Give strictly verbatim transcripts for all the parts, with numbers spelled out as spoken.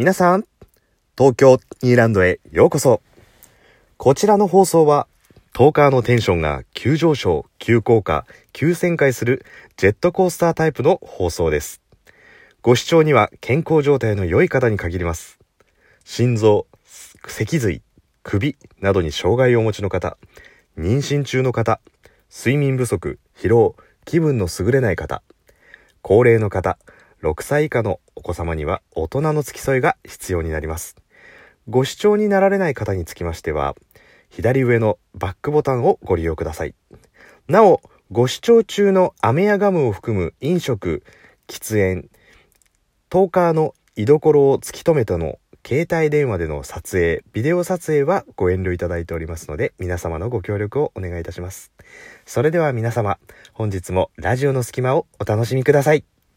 皆さん、東京ニーランドへようこそ。こちらの放送はトーカーのテンションが急上昇、急降下、急旋回するジェットコースタータイプの放送です。ご視聴には健康状態の良い方に限ります。心臓、脊髄、首などに障害をお持ちの方、妊娠中の方、睡眠不足、疲労、気分の優れない方、高齢の方、ろくさい以下のお子様には大人の付き添いが必要になります。ご視聴になられない方につきましては、左上のバックボタンをご利用ください。なお、ご視聴中の飴やガムを含む飲食、喫煙、トーカーの居所を突き止めての携帯電話での撮影、ビデオ撮影はご遠慮いただいておりますので、皆様のご協力をお願いいたします。それでは皆様、本日もラジオの隙間をお楽しみください。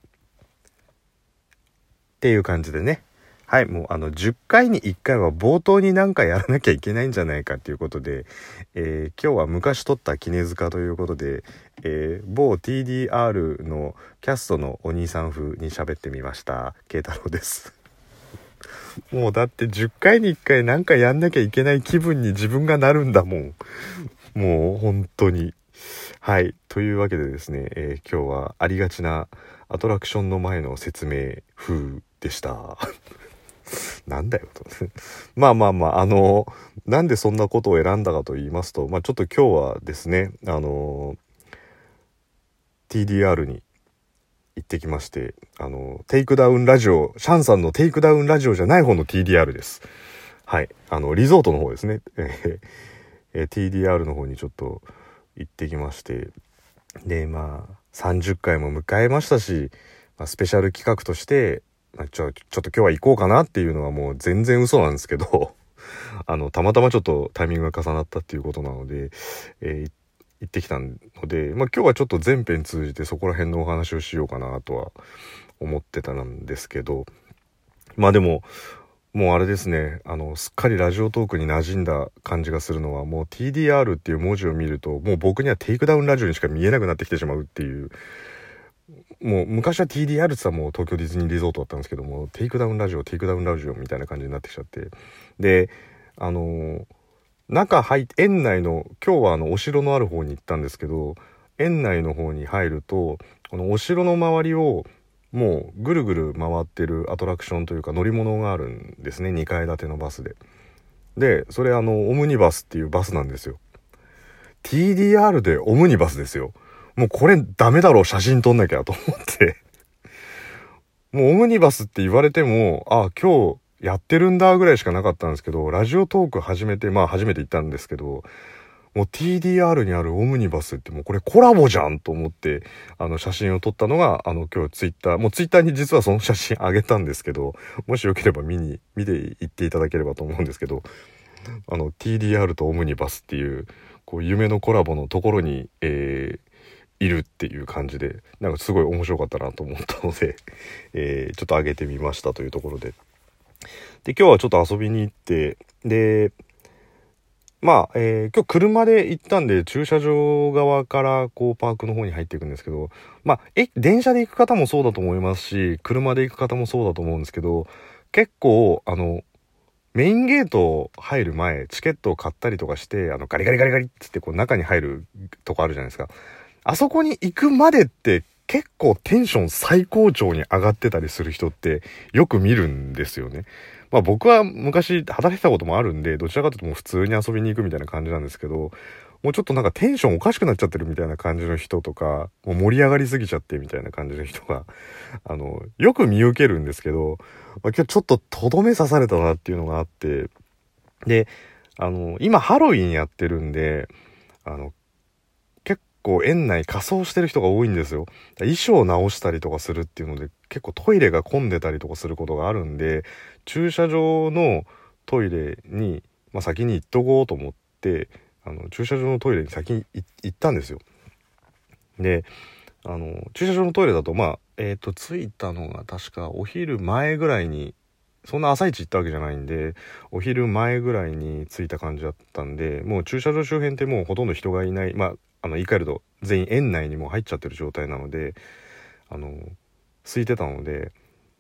っていう感じでね。はい、もうあのじゅっかいにいっかいは冒頭に何かやらなきゃいけないんじゃないかっていうことで、えー、今日は昔撮った杵塚ということで、えー、某 ティーディーアール のキャストのお兄さん風に喋ってみました。慶太郎です。もうだってじゅっかいにいっかい何かやんなきゃいけない気分に自分がなるんだもん。もう本当に。はい、というわけでですね、えー、今日はありがちなアトラクションの前の説明風でしたなんだよとまあまあまああのなんでそんなことを選んだかと言いますと、まあちょっと今日はですね、あの ティーディーアール に行ってきまして、あのテイクダウンラジオ、シャンさんのテイクダウンラジオじゃない方の ティーディーアール です。はい、あのリゾートの方ですね。えー、ティーディーアール の方にちょっと行ってきまして、でまあさんじゅっかいも迎えましたし、まあ、スペシャル企画として、まあ、ちょ、ちょっと今日は行こうかなっていうのはもう全然嘘なんですけどあのたまたまちょっとタイミングが重なったっていうことなので、えー、行ってきたので、まあ、今日はちょっと全編通じてそこら辺のお話をしようかなとは思ってたんですけど、まあでももうあれですね、あのすっかりラジオトークに馴染んだ感じがするのは、もう ティーディーアール っていう文字を見るともう僕にはテイクダウンラジオにしか見えなくなってきてしまうっていう。もう昔は ティーディーアール って言ったらもう東京ディズニーリゾートだったんですけども、テイクダウンラジオテイクダウンラジオみたいな感じになってきちゃって、であのー、中入って園内の、今日はあのお城のある方に行ったんですけど、園内の方に入るとこのお城の周りをもうぐるぐる回ってるアトラクションというか乗り物があるんですね。にかい建てのバスで。でそれあのオムニバスっていうバスなんですよ。 ティーディーアール でオムニバスですよ。もうこれダメだろう、写真撮んなきゃと思ってもうオムニバスって言われても、あ今日やってるんだぐらいしかなかったんですけど、ラジオトーク始めてまあ初めて行ったんですけど、もう ティーディーアール にあるオムニバスってもうこれコラボじゃんと思って、あの写真を撮ったのが、あの今日ツイッター、もうツイッターに実はその写真あげたんですけど、もしよければ見に見ていっていただければと思うんですけど、あの ティーディーアール とオムニバスっていうこう夢のコラボのところに、えー、いるっていう感じで、なんかすごい面白かったなと思ったので、えー、ちょっと上げてみましたというところで、で今日はちょっと遊びに行って、でまあ、えー、今日車で行ったんで駐車場側からこうパークの方に入っていくんですけど、まあえ電車で行く方もそうだと思いますし、車で行く方もそうだと思うんですけど、結構あのメインゲート入る前チケットを買ったりとかして、あのガリガリガリガリってこう中に入るとこあるじゃないですか。あそこに行くまでって結構テンション最高潮に上がってたりする人ってよく見るんですよね。まあ僕は昔働いてたこともあるんで、どちらかというともう普通に遊びに行くみたいな感じなんですけど、もうちょっとなんかテンションおかしくなっちゃってるみたいな感じの人とか、もう盛り上がりすぎちゃってみたいな感じの人があのよく見受けるんですけど、まあ、今日ちょっととどめ刺されたなっていうのがあって、であの今ハロウィンやってるんで、あの結構園内仮装してる人が多いんですよ。衣装を直したりとかするっていうので結構トイレが混んでたりとかすることがあるんで、駐車場のトイレに、まあ、先に行っとこうと思って、あの駐車場のトイレに先に行ったんですよ。であの駐車場のトイレだとまあえっと着いたのが確かお昼前ぐらいに、そんな朝一行ったわけじゃないんでお昼前ぐらいに着いた感じだったんで、もう駐車場周辺ってもうほとんど人がいない、まああの言い換えると全員園内にも入っちゃってる状態なので、あの空いてたので、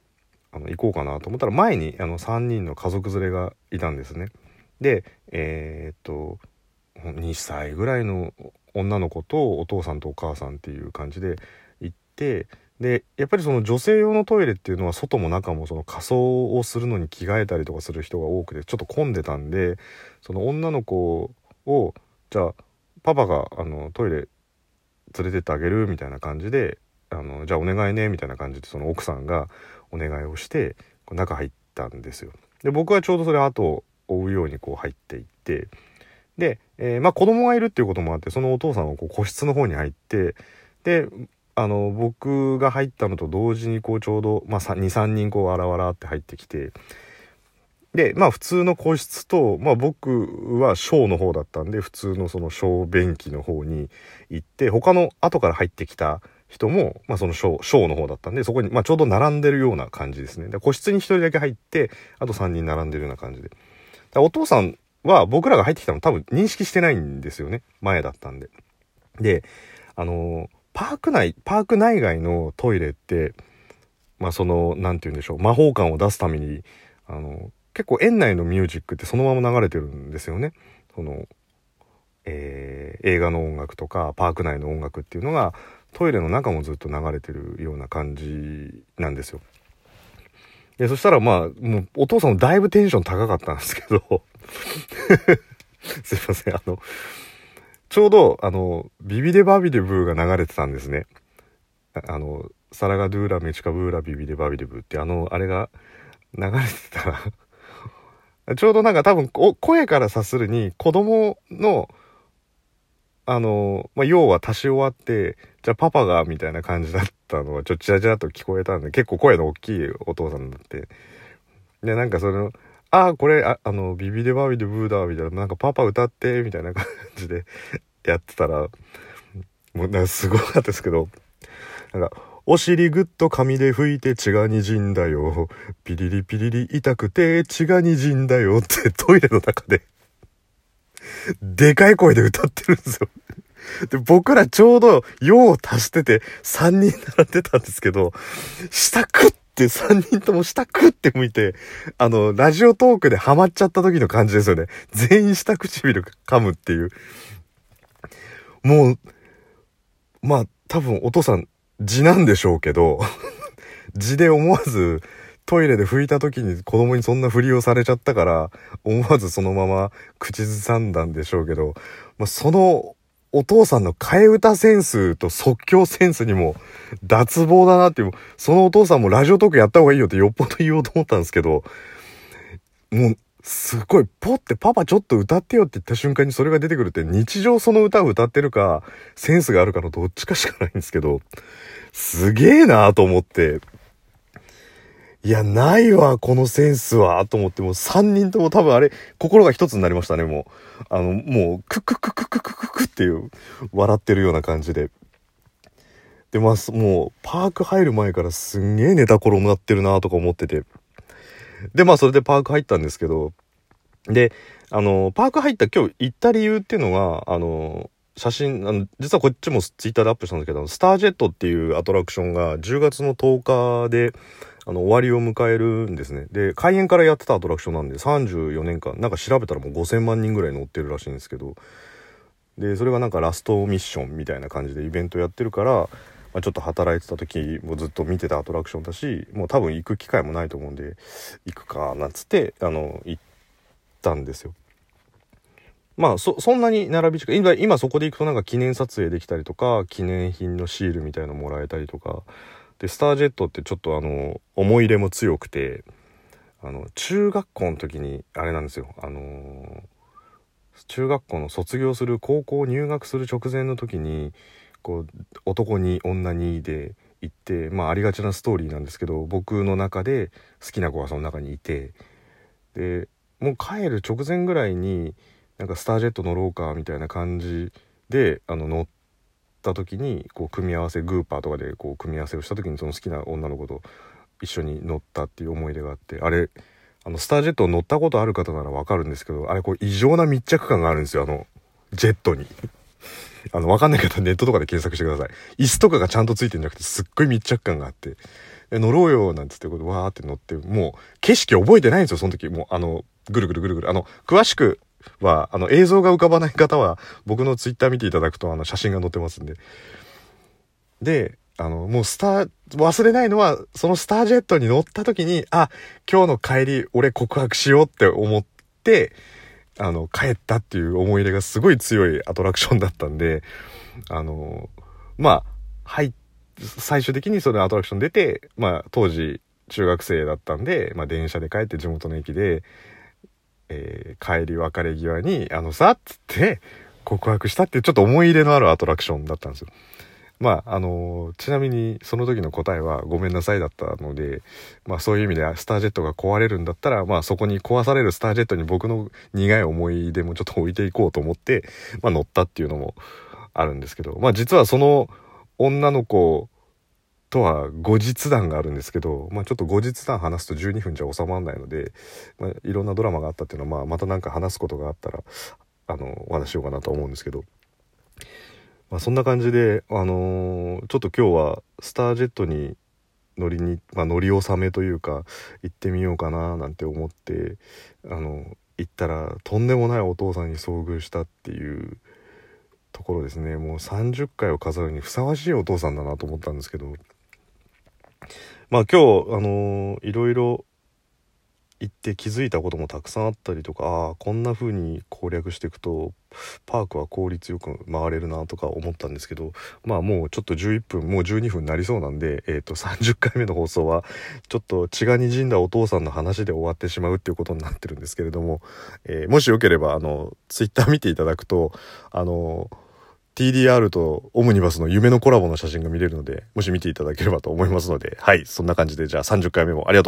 あの行こうかなと思ったら、前にあのさんにんの家族連れがいたんですね。でえー、っとにさいぐらいの女の子とお父さんとお母さんっていう感じで行って、でやっぱりその女性用のトイレっていうのは外も中もその仮装をするのに着替えたりとかする人が多くてちょっと混んでたんで、その女の子をじゃあパパがあのトイレ連れてってあげるみたいな感じで、あのじゃあお願いねみたいな感じでその奥さんがお願いをして中入ったんですよ。で僕はちょうどそれ後を追うようにこう入っていって、で、えー、まあ子供がいるっていうこともあってそのお父さんはこう個室の方に入って、であの僕が入ったのと同時にこうちょうど、まあ、にさんにんこうわらわらって入ってきて、でまあ普通の個室と、まあ、僕は小の方だったんで普通のその小便器の方に行って、他の後から入ってきた人も、まあ、その小小の方だったんでそこに、まあ、ちょうど並んでるような感じですね。で個室にひとりだけ入ってあとさんにん並んでるような感じで、お父さんは僕らが入ってきたの多分認識してないんですよね、前だったんで。であのパーク内パーク内外のトイレってまあそのなんて言うんでしょう、魔法感を出すためにあの結構園内のミュージックってそのまま流れてるんですよね。その、えー、映画の音楽とかパーク内の音楽っていうのがトイレの中もずっと流れてるような感じなんですよ。でそしたらまあもうお父さんもだいぶテンション高かったんですけどすいません、あのちょうどあのビビデバビデブーが流れてたんですね。あのサラガドゥーラメチカブーラビビデバビデブーってあのあれが流れてたらちょうどなんか多分声から察するに子供のあの、まあ、要は足し終わってじゃあパパがみたいな感じだったのはちょっとチラチラと聞こえたんで、結構声の大きいお父さんだって、でなんかそのああこれああのビビデバビデブーだみたいな、なんかパパ歌ってみたいな感じでやってたらもうなんかすごかったですけど、なんかお尻ぐっと紙で拭いて血が滲んだよピリリピリリ痛くて血が滲んだよってトイレの中ででかい声で歌ってるんですよ。で僕らちょうど用を足しててさんにん並んでたんですけど、下くってさんにんとも下くって向いてあのラジオトークでハマっちゃった時の感じですよね。全員下唇噛むっていう、もうまあ多分お父さん字なんでしょうけど字で思わずトイレで拭いた時に子供にそんなふりをされちゃったから思わずそのまま口ずさんだんでしょうけど、まあ、そのお父さんの替え歌センスと即興センスにも脱帽だなっていう、そのお父さんもラジオトークやった方がいいよってよっぽど言おうと思ったんですけど、もうすごいポッてパパちょっと歌ってよって言った瞬間にそれが出てくるって、日常その歌を歌ってるかセンスがあるかのどっちかしかないんですけど、すげえなと思って、いやないわこのセンスはと思って、もうさんにんとも多分あれ心が一つになりましたね。もうあのもうククククククククっていう笑ってるような感じで、でまあもうパーク入る前からすんげえネタ転がってるなとか思ってて、でまあそれでパーク入ったんですけど、であのパーク入った今日行った理由っていうのは、あの写真あの実はこっちもツイッターでアップしたんですけど、スタージェットっていうアトラクションがじゅうがつのとおかであの終わりを迎えるんですね。で開園からやってたアトラクションなんでさんじゅうよねんかんなんか調べたらもうごせんまんにんぐらい乗ってるらしいんですけど、でそれがなんかラストミッションみたいな感じでイベントやってるから、まあ、ちょっと働いてた時もずっと見てたアトラクションだし、もう多分行く機会もないと思うんで行くかなんつってあの行ったんですよ。まあ そ, そんなに並び近い、今今そこで行くとなんか記念撮影できたりとか記念品のシールみたいのもらえたりとかで、スタージェットってちょっとあの思い入れも強くて、あの中学校の時にあれなんですよ、あのー、中学校の卒業する高校入学する直前の時にこう男に女にで行って、まあありがちなストーリーなんですけど、僕の中で好きな子がその中にいて、でもう帰る直前ぐらいになんかスタージェット乗ろうかみたいな感じであの乗った時にこう組み合わせグーパーとかでこう組み合わせをした時にその好きな女の子と一緒に乗ったっていう思い出があって、あれあのスタージェット乗ったことある方ならわかるんですけど、あれこう異常な密着感があるんですよ、あのジェットにあのわかんない方ネットとかで検索してください。椅子とかがちゃんとついてるんじゃなくてすっごい密着感があって、 え乗ろうよなんつってことわーって乗って、もう景色覚えてないんですよその時。もうあのぐるぐるぐるぐる、あの詳しくはあの映像が浮かばない方は僕のツイッター見ていただくとあの写真が載ってますんで。であのもうスター忘れないのは、そのスタージェットに乗った時に、あ、今日の帰り俺告白しようって思ってあの帰ったっていう思い入れがすごい強いアトラクションだったんで、あのまあはい最終的にそのアトラクション出て、まあ当時中学生だったんで、まあ電車で帰って地元の駅で、えー、帰り別れ際にあのさっつって告白したっていうちょっと思い入れのあるアトラクションだったんですよ。まああのー、ちなみにその時の答えはごめんなさいだったので、まあそういう意味でスタージェットが壊れるんだったら、まあそこに壊されるスタージェットに僕の苦い思い出もちょっと置いていこうと思って、まあ乗ったっていうのもあるんですけど、まあ実はその女の子とは後日談があるんですけど、まあちょっと後日談話すとじゅうにふんじゃ収まらないので、まあいろんなドラマがあったっていうのは、まあまたなんか話すことがあったら、あの、お話しようかなと思うんですけど、まあ、そんな感じで、あのー、ちょっと今日はスタージェットに乗りに、まあ、乗り納めというか行ってみようかななんて思って、あの行ったらとんでもないお父さんに遭遇したっていうところですね。もうさんじゅっかいを飾るにふさわしいお父さんだなと思ったんですけど、まあ今日、あのー、いろいろ行って気づいたこともたくさんあったりとか、ああこんな風に攻略していくとパークは効率よく回れるなとか思ったんですけど、まあもうちょっとじゅういっぷんもうじゅうにふんになりそうなんで、えーとさんじゅっかいめの放送はちょっと血が滲んだお父さんの話で終わってしまうっていうことになってるんですけれども、えー、もしよければあのツイッター見ていただくとあのティーディーアール とオムニバスの夢のコラボの写真が見れるので、もし見ていただければと思いますので、はい、そんな感じでじゃあさんじゅっかいめもありがとう。